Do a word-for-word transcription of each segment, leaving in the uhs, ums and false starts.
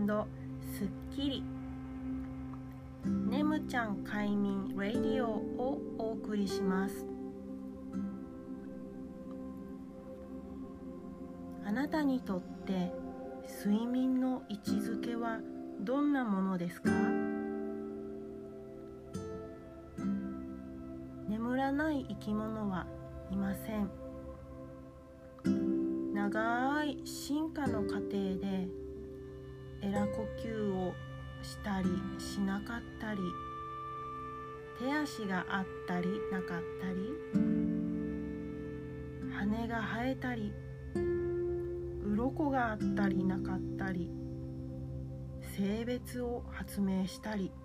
すっきりねむちゃん快眠ラディオをお送りします。あなたにとって睡眠の位置づけはどんなものですか？眠らない生き物はいません。長い進化の過程でエラ呼吸をしたりしなかったり、手足があったりなかったり、羽が生えたり、鱗があったりなかったり、性別を発明したり、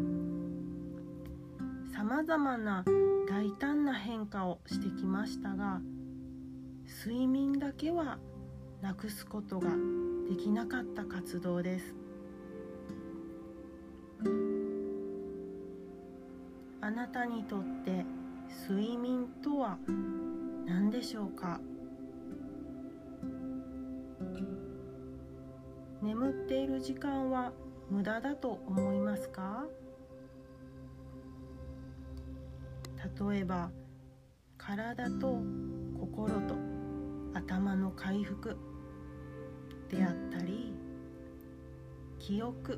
さまざまな大胆な変化をしてきましたが、睡眠だけはなくすことができなかった活動です。あなたにとって睡眠とは何でしょうか？眠っている時間は無駄だと思いますか？例えば、体と心と頭の回復であったり、記憶、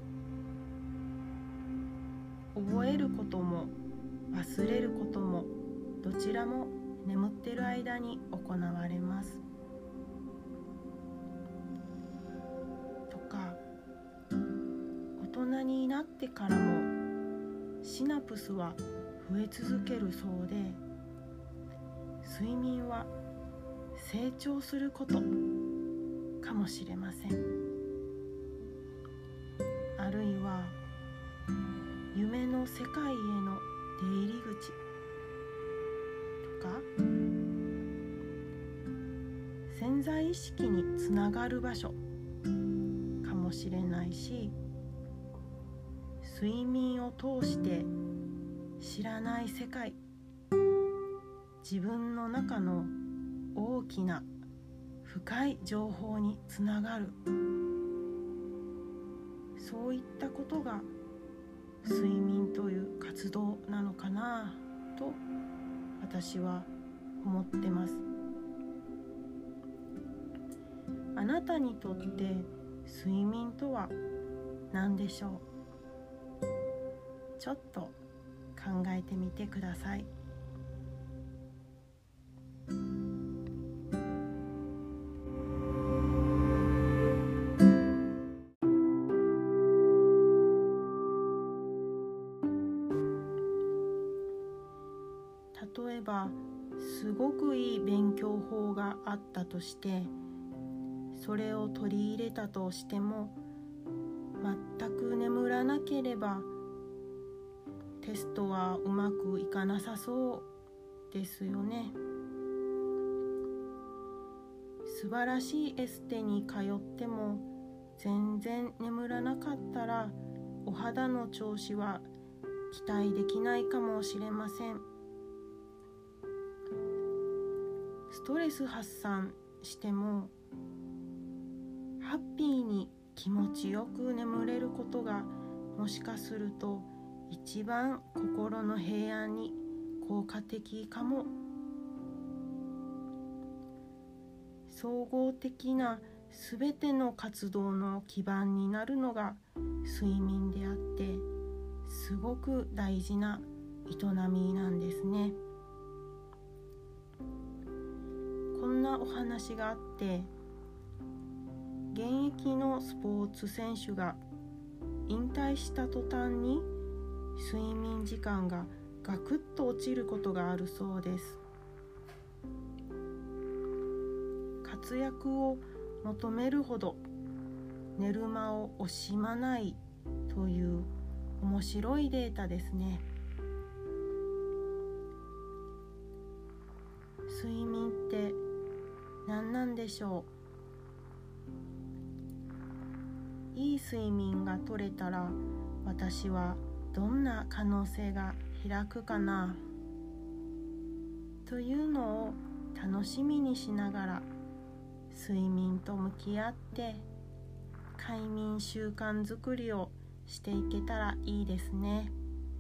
覚えることも忘れることもどちらも眠っている間に行われます。とか、大人になってからもシナプスは増え続けるそうで、睡眠は成長することかもしれません。あるいは夢の世界への出入り口とか、潜在意識につながる場所かもしれないし、睡眠を通して知らない世界、自分の中の大きな深い情報につながる、そういったことが睡眠という活動なのかなと私は思ってます。あなたにとって睡眠とは何でしょう？ちょっと考えてみてください。例えば、すごくいい勉強法があったとして、それを取り入れたとしても、全く眠らなければテストはうまくいかなさそうですよね。素晴らしいエステに通っても全然眠らなかったら、お肌の調子は期待できないかもしれません。ストレス発散してもハッピーに気持ちよく眠れることが、もしかすると一番心の平安に効果的かも。総合的なすべての活動の基盤になるのが睡眠であって、すごく大事な営みなんですね。こんなお話があって、現役のスポーツ選手が引退した途端に睡眠時間がガクッと落ちることがあるそうです。活躍を求めるほど寝る間を惜しまないという面白いデータですね。睡眠って何なんでしょう？いい睡眠が取れたら、私はどんな可能性が開くかなというのを楽しみにしながら、睡眠と向き合って快眠習慣づくりをしていけたらいいですね。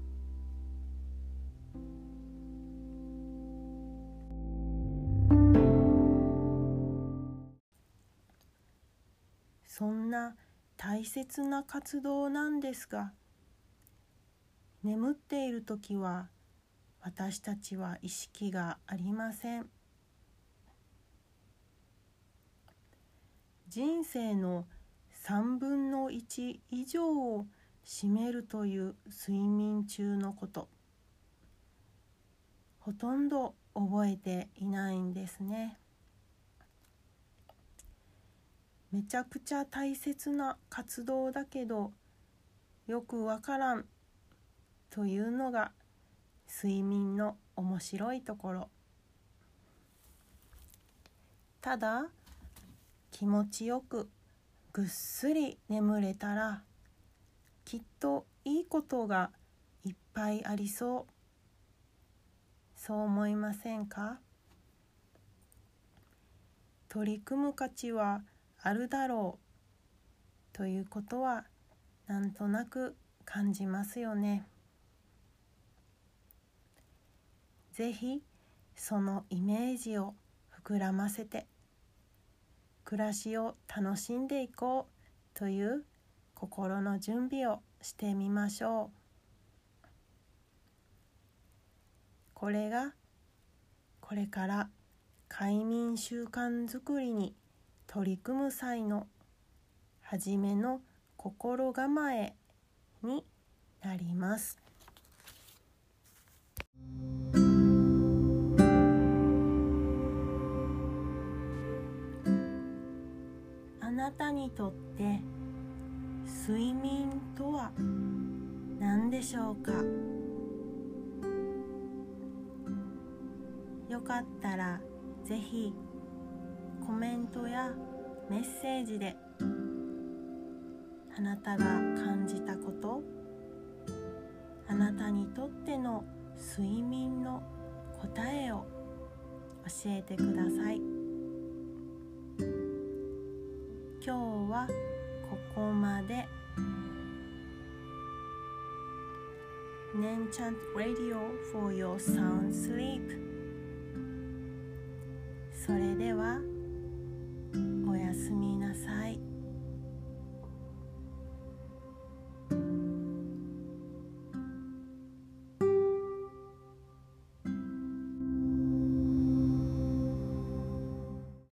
そんな大切な活動なんですが、眠っているときは私たちは意識がありません。人生のさんぶんのいち以上を占めるという睡眠中のこと、ほとんど覚えていないんですね。めちゃくちゃ大切な活動だけどよくわからんというのが睡眠の面白いところ。ただ気持ちよくぐっすり眠れたらきっといいことがいっぱいありそう。そう思いませんか？取り組む価値はあるだろうということはなんとなく感じますよね。ぜひそのイメージを膨らませて暮らしを楽しんでいこうという心の準備をしてみましょう。これがこれから快眠習慣づくりに取り組む際の初めの心構えになります。あなたにとって睡眠とは何でしょうか？よかったらぜひコメントやメッセージであなたが感じたこと、あなたにとっての睡眠の答えを教えてください。今日はここまで。Nenchant Radio for your sound sleep。それでは。